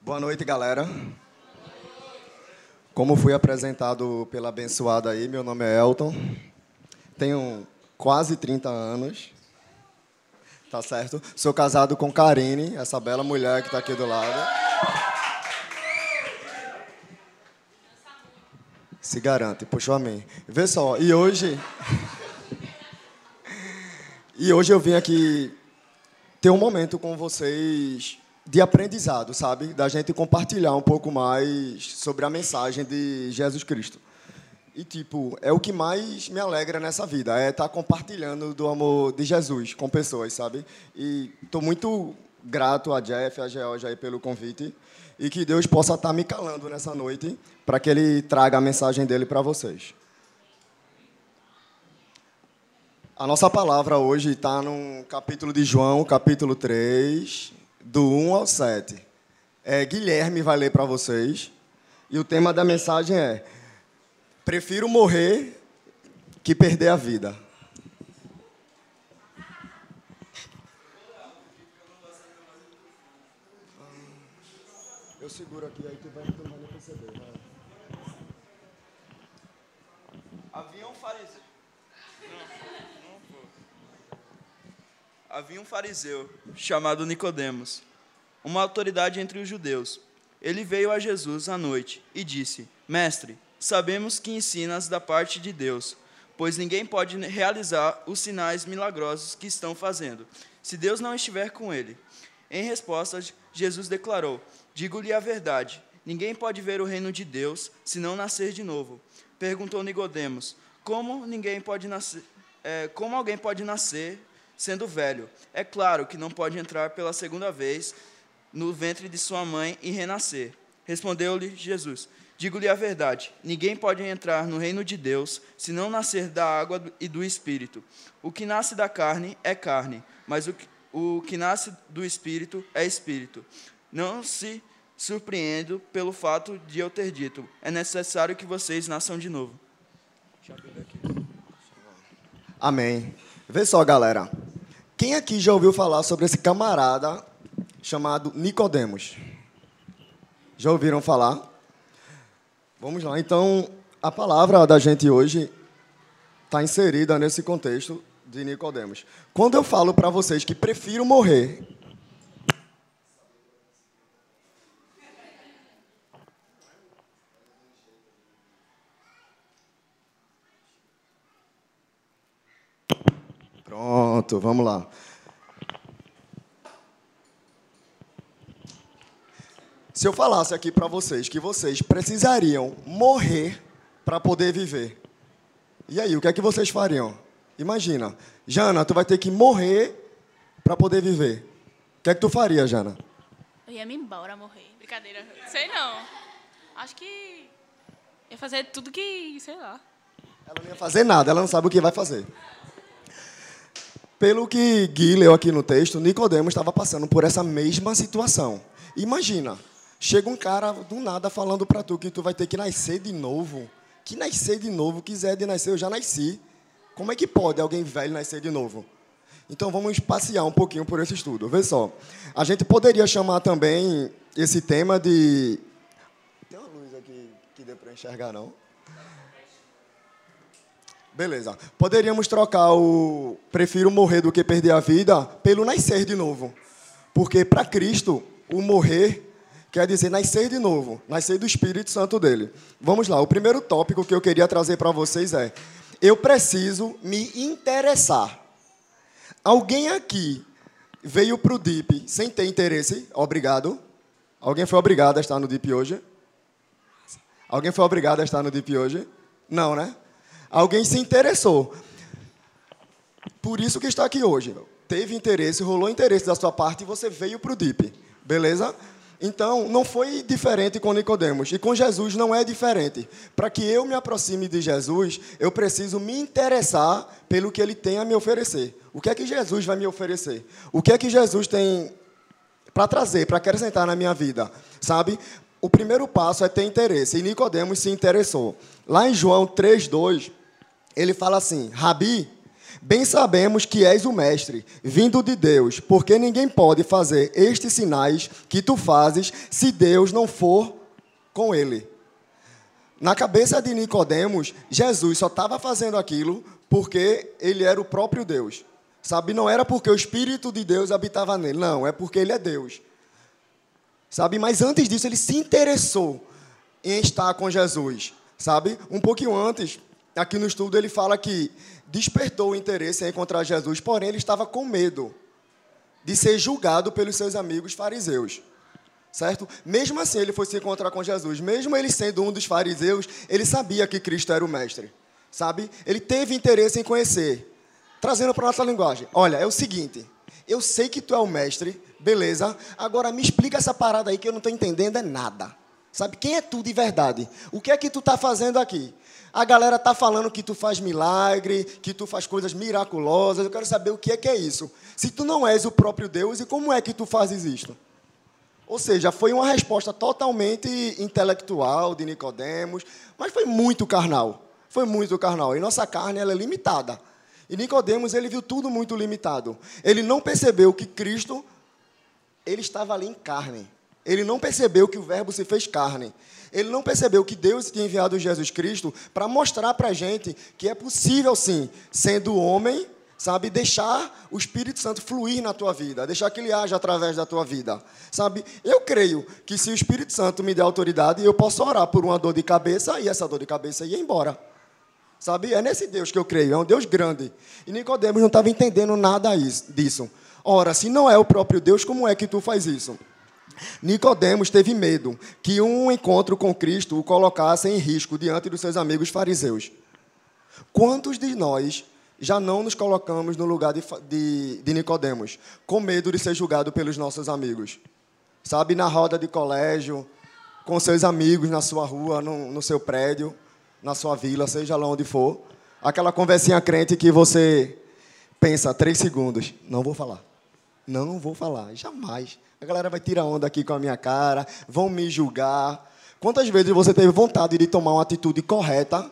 Boa noite, galera. Como fui apresentado pela abençoada aí, meu nome é Elton. Tenho quase 30 anos. Tá certo? Sou casado com Karine, essa bela mulher que está aqui do lado. Se garante, puxou a mim. Vê só, e hoje eu vim aqui ter um momento com vocês de aprendizado, sabe? Da gente compartilhar um pouco mais sobre a mensagem de Jesus Cristo. E, é o que mais me alegra nessa vida, é estar compartilhando do amor de Jesus com pessoas, sabe? E estou muito grato a Jeff, a Georgia aí pelo convite, e que Deus possa estar me calando nessa noite para que Ele traga a mensagem dele para vocês. A nossa palavra hoje está no capítulo de João, capítulo 3, do 1 ao 7. Guilherme vai ler para vocês. E o tema da mensagem é: prefiro morrer que perder a vida. Eu seguro aqui, aí tu vai nem perceber. Vai. Havia um fariseu chamado Nicodemos, uma autoridade entre os judeus. Ele veio a Jesus à noite e disse: Mestre, sabemos que ensinas da parte de Deus, pois ninguém pode realizar os sinais milagrosos que estão fazendo, se Deus não estiver com ele. Em resposta, Jesus declarou: Digo-lhe a verdade, ninguém pode ver o reino de Deus se não nascer de novo. Perguntou Nicodemos: Como alguém pode nascer sendo velho? É claro que não pode entrar pela segunda vez no ventre de sua mãe e renascer. Respondeu-lhe Jesus: Digo-lhe a verdade, ninguém pode entrar no reino de Deus se não nascer da água e do Espírito. O que nasce da carne é carne, mas o que nasce do Espírito é Espírito. Não se surpreendo pelo fato de eu ter dito: é necessário que vocês nasçam de novo. Amém. Vê só, galera. Quem aqui já ouviu falar sobre esse camarada chamado Nicodemos? Já ouviram falar? Vamos lá. Então, a palavra da gente hoje está inserida nesse contexto de Nicodemos. Quando eu falo para vocês que prefiro morrer... Pronto, vamos lá. Se eu falasse aqui para vocês que vocês precisariam morrer para poder viver, e aí, o que é que vocês fariam? Imagina, Jana, tu vai ter que morrer para poder viver. O que é que tu faria, Jana? Eu ia me embora morrer. Brincadeira. Sei não. Acho que ia fazer tudo que, sei lá. Ela não ia fazer nada, ela não sabe o que vai fazer. Pelo que Gui leu aqui no texto, Nicodemos estava passando por essa mesma situação. Imagina, chega um cara do nada falando para tu que tu vai ter que nascer de novo. Que nascer de novo, quiser de nascer, eu já nasci. Como é que pode alguém velho nascer de novo? Então vamos passear um pouquinho por esse estudo. Vê só, a gente poderia chamar também esse tema de... Tem uma luz aqui que dê para enxergar, não? Beleza. Poderíamos trocar o prefiro morrer do que perder a vida pelo nascer de novo. Porque para Cristo, o morrer quer dizer nascer de novo, nascer do Espírito Santo dele. Vamos lá, o primeiro tópico que eu queria trazer para vocês é: eu preciso me interessar. Alguém aqui veio para o DIP sem ter interesse? Obrigado. Alguém foi obrigado a estar no DIP hoje? Alguém foi obrigado a estar no DIP hoje? Não, né? Alguém se interessou. Por isso que está aqui hoje. Teve interesse, rolou interesse da sua parte e você veio para o DIP. Beleza? Então, não foi diferente com Nicodemos. E com Jesus não é diferente. Para que eu me aproxime de Jesus, eu preciso me interessar pelo que Ele tem a me oferecer. O que é que Jesus vai me oferecer? O que é que Jesus tem para trazer, para acrescentar na minha vida? Sabe? O primeiro passo é ter interesse. E Nicodemos se interessou. Lá em João 3:2, ele fala assim: Rabi, Bem sabemos que és o Mestre, vindo de Deus, porque ninguém pode fazer estes sinais que tu fazes se Deus não for com ele. Na cabeça de Nicodemos, Jesus só estava fazendo aquilo porque ele era o próprio Deus. Sabe, não era porque o Espírito de Deus habitava nele, não, é porque ele é Deus. Sabe, mas antes disso ele se interessou em estar com Jesus. Sabe, um pouquinho antes, aqui no estudo ele fala que despertou o interesse em encontrar Jesus, porém ele estava com medo de ser julgado pelos seus amigos fariseus. Certo? Mesmo assim, ele foi se encontrar com Jesus. Mesmo ele sendo um dos fariseus, ele sabia que Cristo era o mestre. Sabe? Ele teve interesse em conhecer. Trazendo para a nossa linguagem. Olha, é o seguinte. Eu sei que tu é o mestre, beleza. Agora me explica essa parada aí que eu não estou entendendo é nada. Sabe? Quem é tu de verdade? O que é que tu está fazendo aqui? A galera está falando que tu faz milagre, que tu faz coisas miraculosas. Eu quero saber o que é isso. Se tu não és o próprio Deus, e como é que tu fazes isto? Ou seja, foi uma resposta totalmente intelectual de Nicodemos, mas foi muito carnal. Foi muito carnal. E nossa carne ela é limitada. E Nicodemos ele viu tudo muito limitado. Ele não percebeu que Cristo ele estava ali em carne. Ele não percebeu que o Verbo se fez carne. Ele não percebeu que Deus tinha enviado Jesus Cristo para mostrar para a gente que é possível, sim, sendo homem, sabe, deixar o Espírito Santo fluir na tua vida, deixar que ele haja através da tua vida, sabe? Eu creio que se o Espírito Santo me der autoridade, eu posso orar por uma dor de cabeça e essa dor de cabeça ia embora, sabe? É nesse Deus que eu creio, é um Deus grande. E Nicodemos não estava entendendo nada disso. Ora, se não é o próprio Deus, como é que tu faz isso? Nicodemos teve medo que um encontro com Cristo o colocasse em risco diante dos seus amigos fariseus. Quantos de nós já não nos colocamos no lugar de Nicodemos, com medo de ser julgado pelos nossos amigos? Sabe, na roda de colégio, com seus amigos na sua rua, no seu prédio, na sua vila, seja lá onde for. Aquela conversinha crente que você pensa, 3 segundos, não vou falar. Não vou falar, jamais. A galera vai tirar onda aqui com a minha cara, vão me julgar. Quantas vezes você teve vontade de tomar uma atitude correta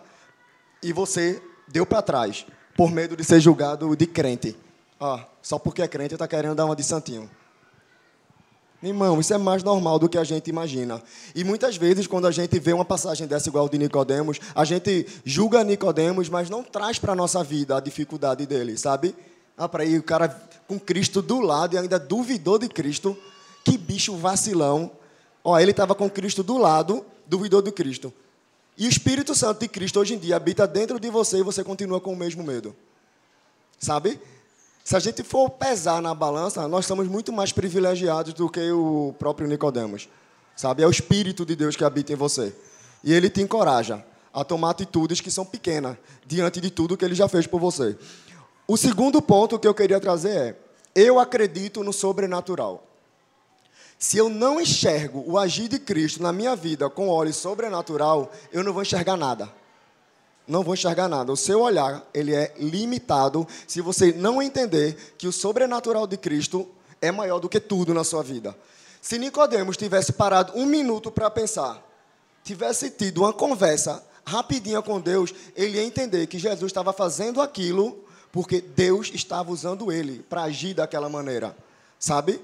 e você deu para trás, por medo de ser julgado de crente? Só porque é crente está querendo dar uma de santinho. Irmão, isso é mais normal do que a gente imagina. E muitas vezes, quando a gente vê uma passagem dessa igual de Nicodemos, a gente julga Nicodemos, mas não traz para a nossa vida a dificuldade dele, sabe? Para aí o cara com Cristo do lado e ainda duvidou de Cristo. Que bicho vacilão. Ele estava com Cristo do lado, duvidou de Cristo. E o Espírito Santo de Cristo hoje em dia habita dentro de você e você continua com o mesmo medo. Sabe? Se a gente for pesar na balança, nós somos muito mais privilegiados do que o próprio Nicodemos. Sabe? É o Espírito de Deus que habita em você. E ele te encoraja a tomar atitudes que são pequenas diante de tudo que ele já fez por você. O segundo ponto que eu queria trazer é: eu acredito no sobrenatural. Se eu não enxergo o agir de Cristo na minha vida com olhos sobrenatural, eu não vou enxergar nada. Não vou enxergar nada. O seu olhar, ele é limitado se você não entender que o sobrenatural de Cristo é maior do que tudo na sua vida. Se Nicodemos tivesse parado 1 minuto para pensar, tivesse tido uma conversa rapidinha com Deus, ele ia entender que Jesus estava fazendo aquilo porque Deus estava usando ele para agir daquela maneira. Sabe?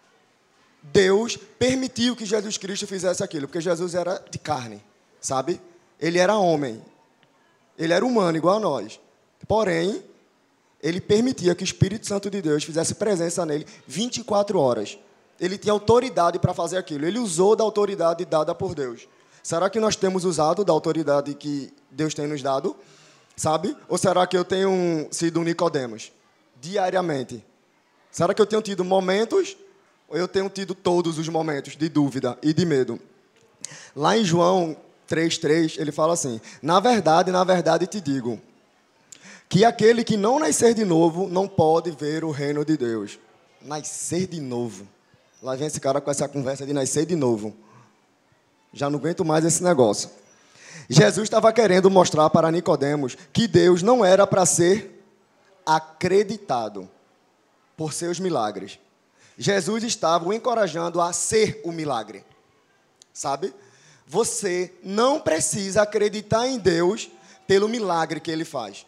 Deus permitiu que Jesus Cristo fizesse aquilo, porque Jesus era de carne, sabe? Ele era homem, ele era humano, igual a nós. Porém, ele permitia que o Espírito Santo de Deus fizesse presença nele 24 horas. Ele tinha autoridade para fazer aquilo, ele usou da autoridade dada por Deus. Será que nós temos usado da autoridade que Deus tem nos dado? Sabe? Ou será que eu tenho sido um Nicodemos diariamente? Será que eu tenho tido momentos, ou eu tenho tido todos os momentos de dúvida e de medo? Lá em João 3,3, ele fala assim: na verdade te digo, que aquele que não nascer de novo não pode ver o reino de Deus. Nascer de novo. Lá vem esse cara com essa conversa de nascer de novo. Já não aguento mais esse negócio. Jesus estava querendo mostrar para Nicodemos que Deus não era para ser acreditado por seus milagres. Jesus estava o encorajando a ser o milagre. Sabe? Você não precisa acreditar em Deus pelo milagre que Ele faz.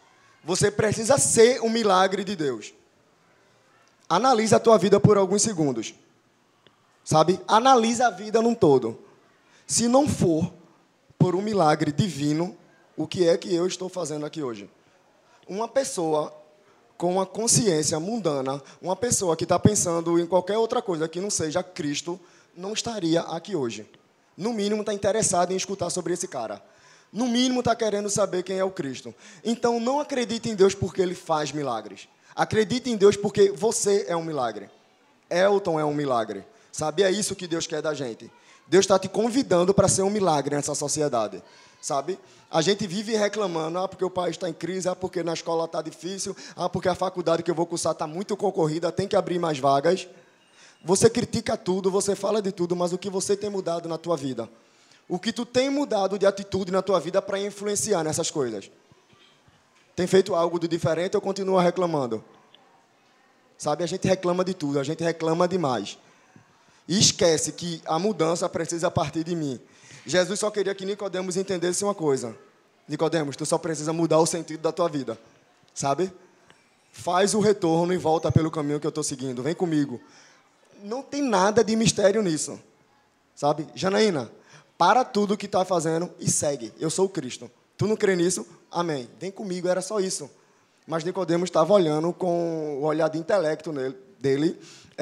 Você precisa ser um milagre de Deus. Analisa a tua vida por alguns segundos. Sabe? Analisa a vida num todo. Se não for por um milagre divino, o que é que eu estou fazendo aqui hoje? Uma pessoa com uma consciência mundana, uma pessoa que está pensando em qualquer outra coisa que não seja Cristo, não estaria aqui hoje. No mínimo, está interessado em escutar sobre esse cara. No mínimo, está querendo saber quem é o Cristo. Então, não acredite em Deus porque Ele faz milagres. Acredite em Deus porque você é um milagre. Elton é um milagre. Sabe? É isso que Deus quer da gente. Deus está te convidando para ser um milagre nessa sociedade. Sabe? A gente vive reclamando, porque o país está em crise, porque na escola está difícil, porque a faculdade que eu vou cursar está muito concorrida, tem que abrir mais vagas. Você critica tudo, você fala de tudo, mas o que você tem mudado na tua vida? O que tu tem mudado de atitude na tua vida para influenciar nessas coisas? Tem feito algo de diferente ou continua reclamando? Sabe, a gente reclama de tudo, a gente reclama demais. E esquece que a mudança precisa partir de mim. Jesus só queria que Nicodemos entendesse uma coisa. Nicodemos, tu só precisa mudar o sentido da tua vida. Sabe? Faz o retorno e volta pelo caminho que eu estou seguindo. Vem comigo. Não tem nada de mistério nisso. Sabe? Janaína, para tudo que está fazendo e segue. Eu sou o Cristo. Tu não crê nisso? Amém. Vem comigo, era só isso. Mas Nicodemos estava olhando com o olhar de intelecto dele.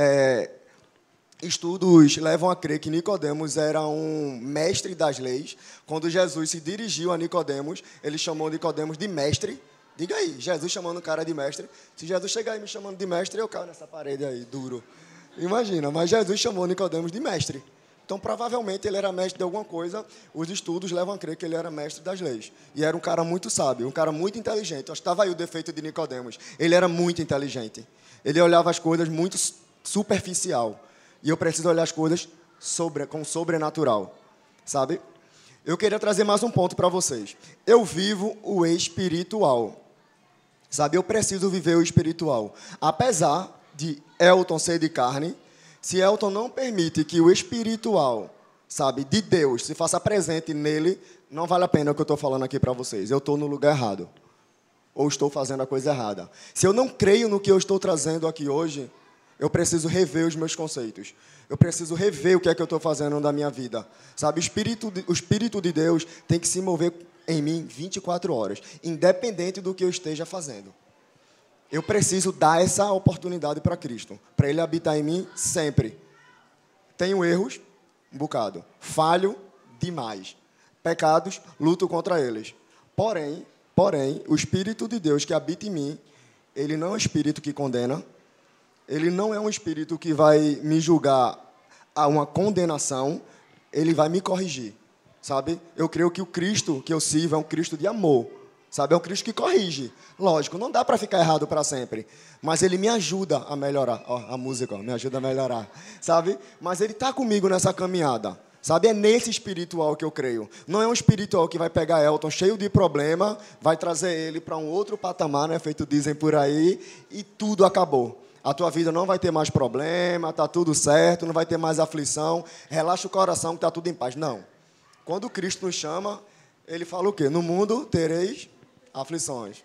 Estudos levam a crer que Nicodemos era um mestre das leis. Quando Jesus se dirigiu a Nicodemos, ele chamou Nicodemos de mestre. Diga aí, Jesus chamando o cara de mestre. Se Jesus chegar aí me chamando de mestre, eu caio nessa parede aí, duro. Imagina, mas Jesus chamou Nicodemos de mestre. Então, provavelmente, ele era mestre de alguma coisa. Os estudos levam a crer que ele era mestre das leis. E era um cara muito sábio, um cara muito inteligente. Acho que estava aí o defeito de Nicodemos. Ele era muito inteligente. Ele olhava as coisas muito superficial. E eu preciso olhar as coisas com sobrenatural. Sabe? Eu queria trazer mais um ponto para vocês. Eu vivo o espiritual. Sabe? Eu preciso viver o espiritual. Apesar de Elton ser de carne, se Elton não permite que o espiritual, sabe, de Deus se faça presente nele, não vale a pena o que eu estou falando aqui para vocês. Eu estou no lugar errado. Ou estou fazendo a coisa errada. Se eu não creio no que eu estou trazendo aqui hoje, eu preciso rever os meus conceitos. Eu preciso rever o que é que eu estou fazendo da minha vida. Sabe, o Espírito de Deus tem que se mover em mim 24 horas, independente do que eu esteja fazendo. Eu preciso dar essa oportunidade para Cristo, para Ele habitar em mim sempre. Tenho erros, um bocado. Falho demais. Pecados, luto contra eles. Porém, o Espírito de Deus que habita em mim, Ele não é um Espírito que condena. Ele não é um Espírito que vai me julgar a uma condenação. Ele vai me corrigir. Sabe? Eu creio que o Cristo que eu sirvo é um Cristo de amor. Sabe? É um Cristo que corrige. Lógico, não dá para ficar errado para sempre. Mas Ele me ajuda a melhorar. Ó, a música, ó, me ajuda a melhorar. Sabe? Mas Ele está comigo nessa caminhada. Sabe? É nesse espiritual que eu creio. Não é um espiritual que vai pegar Elton cheio de problema, vai trazer ele para um outro patamar, né? Feito dizem por aí, e tudo acabou. A tua vida não vai ter mais problema, está tudo certo, não vai ter mais aflição. Relaxa o coração que está tudo em paz. Não. Quando Cristo nos chama, Ele fala o quê? No mundo tereis aflições.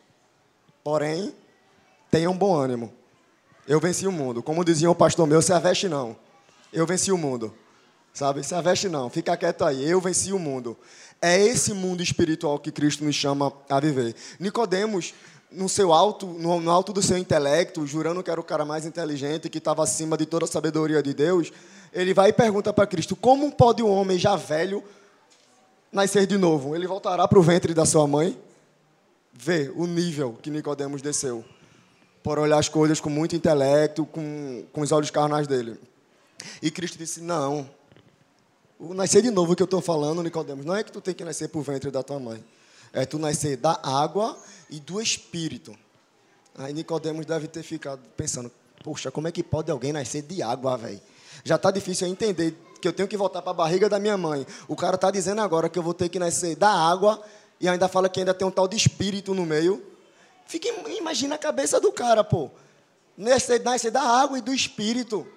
Porém, tenham bom ânimo. Eu venci o mundo. Como dizia o pastor meu, se aveste não. Eu venci o mundo. Sabe? Se aveste não. Fica quieto aí. Eu venci o mundo. É esse mundo espiritual que Cristo nos chama a viver. Nicodemos, no alto do seu intelecto, jurando que era o cara mais inteligente, que estava acima de toda a sabedoria de Deus, ele vai e pergunta para Cristo, como pode um homem já velho nascer de novo? Ele voltará para o ventre da sua mãe? Vê o nível que Nicodemos desceu, por olhar as coisas com muito intelecto, com os olhos carnais dele. E Cristo disse, não, o nascer de novo que eu estou falando, Nicodemos, não é que tu tem que nascer para o ventre da tua mãe, é tu nascer da água e do Espírito. Aí Nicodemos deve ter ficado pensando, poxa, como é que pode alguém nascer de água, velho? Já está difícil eu entender que eu tenho que voltar para a barriga da minha mãe. O cara está dizendo agora que eu vou ter que nascer da água e ainda fala que ainda tem um tal de Espírito no meio. Imagina a cabeça do cara, pô. Nascer da água e do Espírito.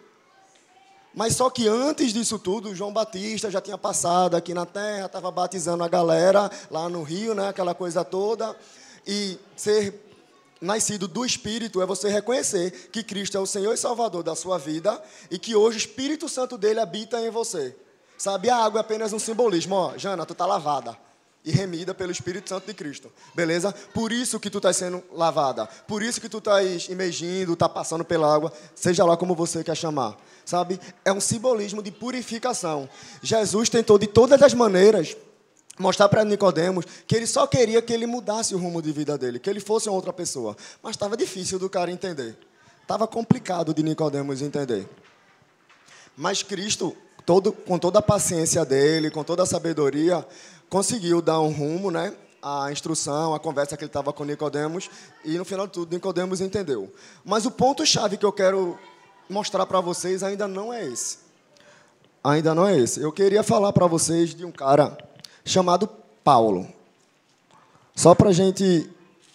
Mas só que antes disso tudo, João Batista já tinha passado aqui na terra, estava batizando a galera lá no rio, né, aquela coisa toda. E ser nascido do Espírito é você reconhecer que Cristo é o Senhor e Salvador da sua vida e que hoje o Espírito Santo dele habita em você. Sabe, a água é apenas um simbolismo. Ó, Jana, tu está lavada e remida pelo Espírito Santo de Cristo. Beleza? Por isso que tu estás sendo lavada. Por isso que tu estás imergindo, está passando pela água, seja lá como você quer chamar. Sabe? É um simbolismo de purificação. Jesus tentou de todas as maneiras mostrar para Nicodemos que ele só queria que ele mudasse o rumo de vida dele, que ele fosse uma outra pessoa. Mas estava difícil do cara entender. Estava complicado de Nicodemos entender. Mas Cristo, com toda a paciência dele, com toda a sabedoria, conseguiu dar um rumo, né? A instrução, a conversa que ele estava com Nicodemos, e no final de tudo, Nicodemos entendeu. Mas o ponto-chave que eu quero mostrar para vocês ainda não é esse. Ainda não é esse. Eu queria falar para vocês de um cara chamado Paulo. Só para a gente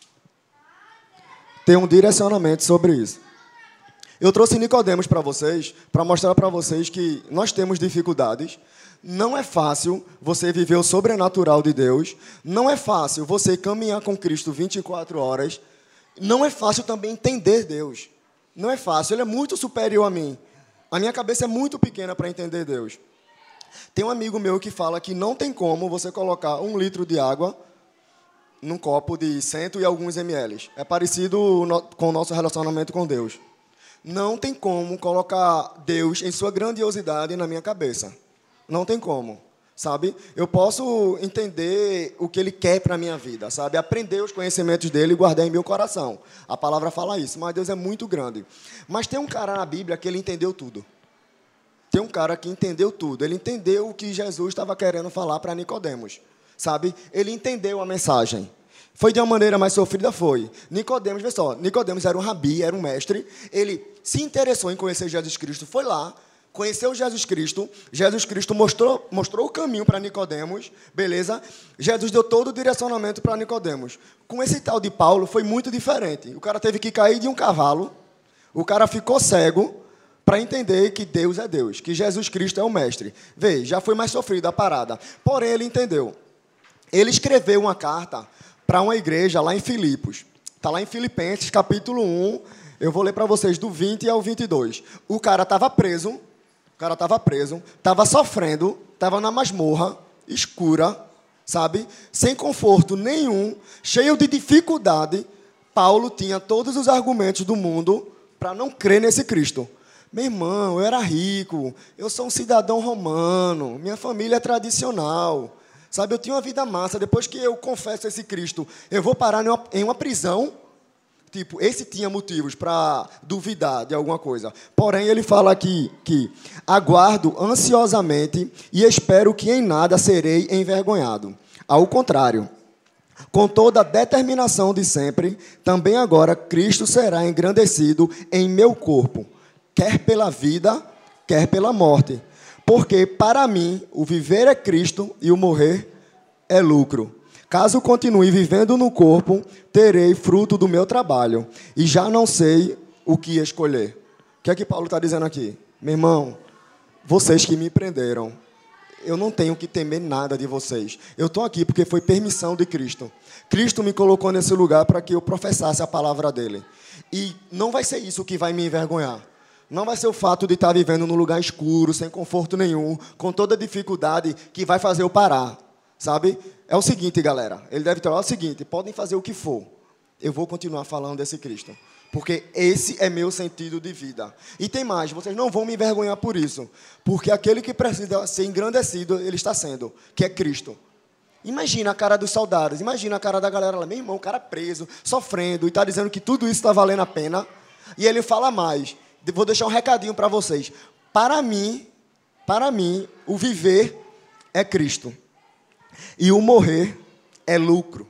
ter um direcionamento sobre isso. Eu trouxe Nicodemos para vocês, para mostrar para vocês que nós temos dificuldades. Não é fácil você viver o sobrenatural de Deus. Não é fácil você caminhar com Cristo 24 horas. Não é fácil também entender Deus. Não é fácil, ele é muito superior a mim. A minha cabeça é muito pequena para entender Deus. Tem um amigo meu que fala que não tem como você colocar 1 litro de água num copo de 100 e alguns ml. É parecido com o nosso relacionamento com Deus. Não tem como colocar Deus em sua grandiosidade na minha cabeça. Não tem como, sabe? Eu posso entender o que Ele quer para a minha vida, sabe? Aprender os conhecimentos dEle e guardar em meu coração. A palavra fala isso, mas Deus é muito grande. Mas tem um cara na Bíblia que ele entendeu tudo. Tem um cara que entendeu tudo. Ele entendeu o que Jesus estava querendo falar para Nicodemos, sabe? Ele entendeu a mensagem. Foi de uma maneira mais sofrida? Foi. Nicodemos, vê só, Nicodemos era um rabi, era um mestre. Ele se interessou em conhecer Jesus Cristo, foi lá, conheceu Jesus Cristo mostrou o caminho para Nicodemos, beleza? Jesus deu todo o direcionamento para Nicodemos. Com esse tal de Paulo foi muito diferente. O cara teve que cair de um cavalo, o cara ficou cego, para entender que Deus é Deus, que Jesus Cristo é o mestre. Vê, já foi mais sofrida a parada. Porém, ele entendeu. Ele escreveu uma carta para uma igreja lá em Filipos. Está lá em Filipenses, capítulo 1. Eu vou ler para vocês do 20 ao 22. O cara estava preso, estava sofrendo, estava na masmorra, escura, sabe? Sem conforto nenhum, cheio de dificuldade. Paulo tinha todos os argumentos do mundo para não crer nesse Cristo. Meu irmão, eu era rico, eu sou um cidadão romano, minha família é tradicional, sabe? Eu tinha uma vida massa. Depois que eu confesso esse Cristo, eu vou parar em uma prisão? Tipo, esse tinha motivos para duvidar de alguma coisa. Porém, ele fala aqui que aguardo ansiosamente e espero que em nada serei envergonhado. Ao contrário, com toda a determinação de sempre, também agora Cristo será engrandecido em meu corpo, quer pela vida, quer pela morte. Porque, para mim, o viver é Cristo e o morrer é lucro. Caso continue vivendo no corpo, terei fruto do meu trabalho, e já não sei o que escolher. O que é que Paulo está dizendo aqui? Meu irmão, vocês que me prenderam, eu não tenho que temer nada de vocês. Eu estou aqui porque foi permissão de Cristo. Cristo me colocou nesse lugar para que eu professasse a palavra dele. E não vai ser isso que vai me envergonhar. Não vai ser o fato de estar vivendo num lugar escuro, sem conforto nenhum, com toda dificuldade, que vai fazer eu parar, sabe? É o seguinte, galera, ele deve ter falado o seguinte: podem fazer o que for, eu vou continuar falando desse Cristo, porque esse é meu sentido de vida. E tem mais, vocês não vão me envergonhar por isso, porque aquele que precisa ser engrandecido, ele está sendo, que é Cristo. Imagina a cara dos soldados, imagina a cara da galera lá, meu irmão, o cara preso, sofrendo, e está dizendo que tudo isso está valendo a pena, e ele fala mais. Vou deixar um recadinho para vocês. Para mim, o viver é Cristo. E o morrer é lucro.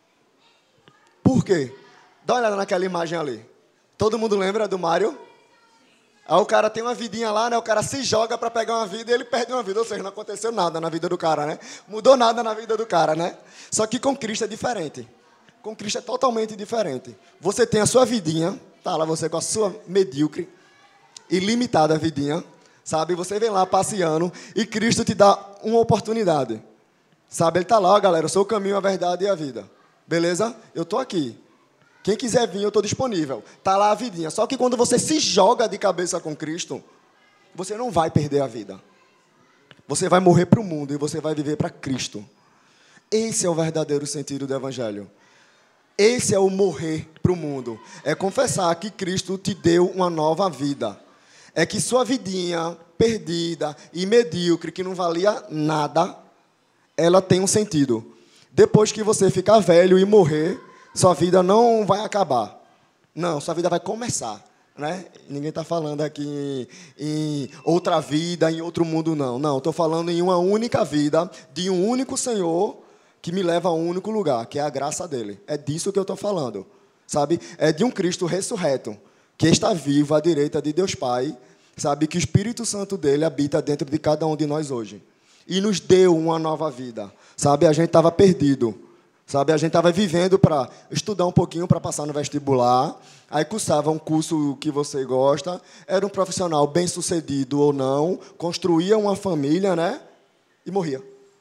Por quê? Dá uma olhada naquela imagem ali. Todo mundo lembra do Mário? Aí o cara tem uma vidinha lá, né? O cara se joga para pegar uma vida e ele perde uma vida. Ou seja, não aconteceu nada na vida do cara, né? Mudou nada na vida do cara, né? Só que com Cristo é diferente. Com Cristo é totalmente diferente. Você tem a sua vidinha, tá lá você com a sua medíocre, ilimitada vidinha, sabe? Você vem lá passeando e Cristo te dá uma oportunidade. Sabe? Ele está lá, galera, eu sou o caminho, a verdade e a vida. Beleza? Eu estou aqui. Quem quiser vir, eu estou disponível. Está lá a vidinha. Só que quando você se joga de cabeça com Cristo, você não vai perder a vida. Você vai morrer para o mundo e você vai viver para Cristo. Esse é o verdadeiro sentido do Evangelho. Esse é o morrer para o mundo. É confessar que Cristo te deu uma nova vida. É que sua vidinha perdida e medíocre, que não valia nada, ela tem um sentido. Depois que você ficar velho e morrer, sua vida não vai acabar. Não, sua vida vai começar. Né? Ninguém está falando aqui em outra vida, em outro mundo, não. Não, estou falando em uma única vida, de um único Senhor, que me leva a um único lugar, que é a graça dele. É disso que eu estou falando, sabe? É de um Cristo ressurreto, que está vivo à direita de Deus Pai, sabe? Que o Espírito Santo dele habita dentro de cada um de nós hoje. E nos deu uma nova vida, sabe? A gente estava perdido, sabe? A gente estava vivendo para estudar um pouquinho para passar no vestibular, aí cursava um curso que você gosta, era um profissional bem-sucedido ou não, construía uma família, né? E morria.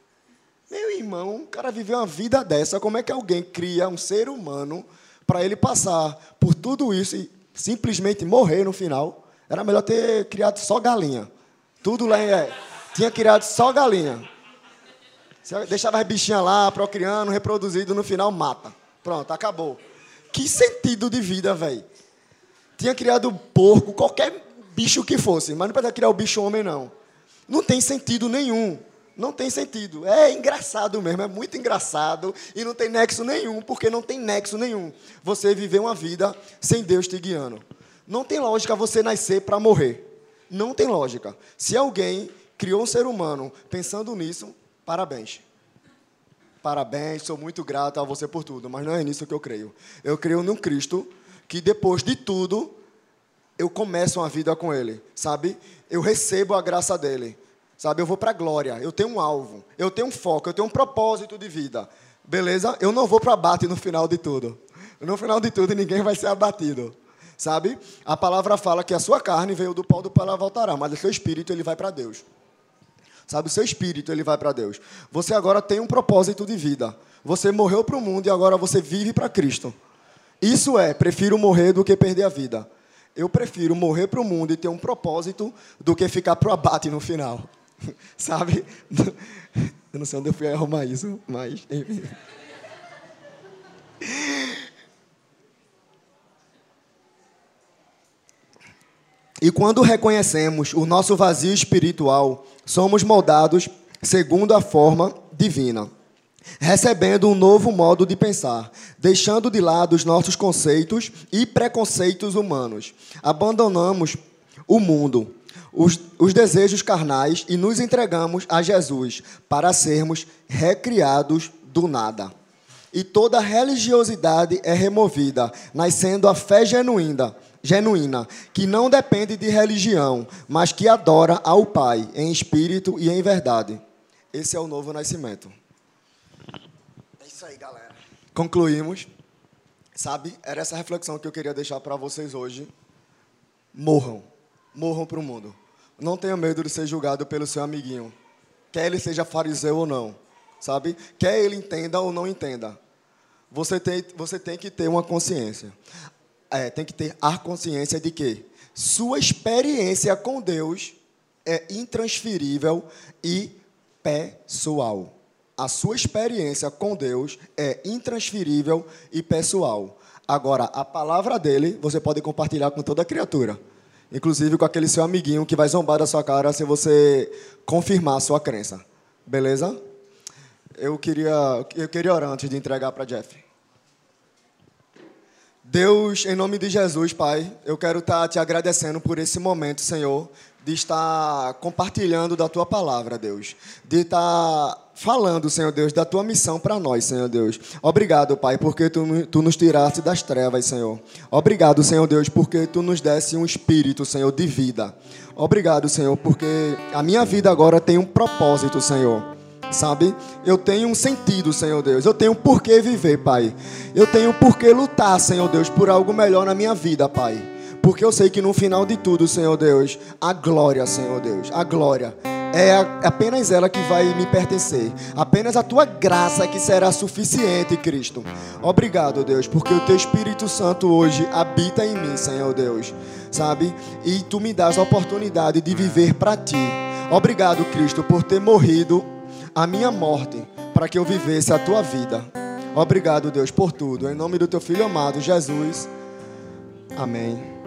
Meu irmão, o cara viveu uma vida dessa. Como é que alguém cria um ser humano para ele passar por tudo isso e simplesmente morrer no final? Era melhor ter criado só galinha. Tudo lá tinha criado só galinha. Você deixava as bichinhas lá, procriando, reproduzido, no final mata. Pronto, acabou. Que sentido de vida, velho? Tinha criado porco, qualquer bicho que fosse, mas não precisa criar o bicho homem, não. Não tem sentido nenhum. Não tem sentido. É engraçado mesmo, é muito engraçado e não tem nexo nenhum, porque não tem nexo nenhum você viver uma vida sem Deus te guiando. Não tem lógica você nascer para morrer. Não tem lógica. Se alguém criou um ser humano pensando nisso, parabéns. Parabéns, sou muito grato a você por tudo, mas não é nisso que eu creio. Eu creio num Cristo que depois de tudo, eu começo uma vida com Ele, sabe? Eu recebo a graça dEle. Sabe, eu vou para a glória, eu tenho um alvo, eu tenho um foco, eu tenho um propósito de vida. Beleza? Eu não vou para abate no final de tudo. No final de tudo, ninguém vai ser abatido. Sabe? A palavra fala que a sua carne veio do pó ela voltará, mas o seu espírito, ele vai para Deus. Sabe, o seu espírito, ele vai para Deus. Você agora tem um propósito de vida. Você morreu para o mundo e agora você vive para Cristo. Isso prefiro morrer do que perder a vida. Eu prefiro morrer para o mundo e ter um propósito do que ficar para o abate no final. Sabe? Eu não sei onde eu fui arrumar isso, mas... Enfim. E quando reconhecemos o nosso vazio espiritual, somos moldados segundo a forma divina, recebendo um novo modo de pensar, deixando de lado os nossos conceitos e preconceitos humanos. Abandonamos o mundo, os desejos carnais e nos entregamos a Jesus para sermos recriados do nada. E toda religiosidade é removida, nascendo a fé genuína, que não depende de religião, mas que adora ao Pai em espírito e em verdade. Esse é o novo nascimento. É isso aí, galera. Concluímos. Sabe, era essa reflexão que eu queria deixar para vocês hoje. Morram para o mundo. Não tenha medo de ser julgado pelo seu amiguinho, quer ele seja fariseu ou não, sabe? Quer ele entenda ou não entenda. Você tem que ter uma consciência. Tem que ter a consciência de que sua experiência com Deus é intransferível e pessoal. A sua experiência com Deus é intransferível e pessoal. Agora, a palavra dele, você pode compartilhar com toda criatura. Inclusive com aquele seu amiguinho que vai zombar da sua cara se você confirmar a sua crença. Beleza? Eu queria orar antes de entregar para Jeff. Deus, em nome de Jesus, Pai, eu quero estar te agradecendo por esse momento, Senhor, de estar compartilhando da Tua palavra, Deus. De estar falando, Senhor Deus, da Tua missão para nós, Senhor Deus. Obrigado, Pai, porque Tu nos tiraste das trevas, Senhor. Obrigado, Senhor Deus, porque Tu nos desse um espírito, Senhor, de vida. Obrigado, Senhor, porque a minha vida agora tem um propósito, Senhor. Sabe? Eu tenho um sentido, Senhor Deus. Eu tenho por que viver, Pai. Eu tenho por que lutar, Senhor Deus, por algo melhor na minha vida, Pai. Porque eu sei que no final de tudo, Senhor Deus, a glória, Senhor Deus, a glória apenas ela que vai me pertencer. Apenas a tua graça que será suficiente, Cristo. Obrigado, Deus, porque o teu Espírito Santo hoje habita em mim, Senhor Deus, sabe? E tu me dás a oportunidade de viver para ti. Obrigado, Cristo, por ter morrido a minha morte para que eu vivesse a tua vida. Obrigado, Deus, por tudo. Em nome do teu Filho amado, Jesus. Amém.